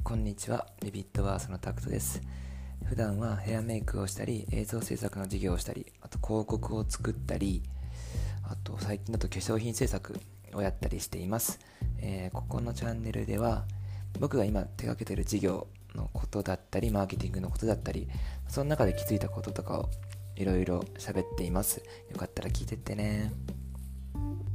こんにちは。ビビットワースのタクトです。普段はヘアメイクをしたり、映像制作の授業をしたり、あと広告を作ったり、あと最近だと化粧品制作をやったりしています。ここのチャンネルでは僕が今手掛けている事業のことだったり、マーケティングのことだったり、その中で気づいたこととかをいろいろ喋っています。よかったら聞いてってね。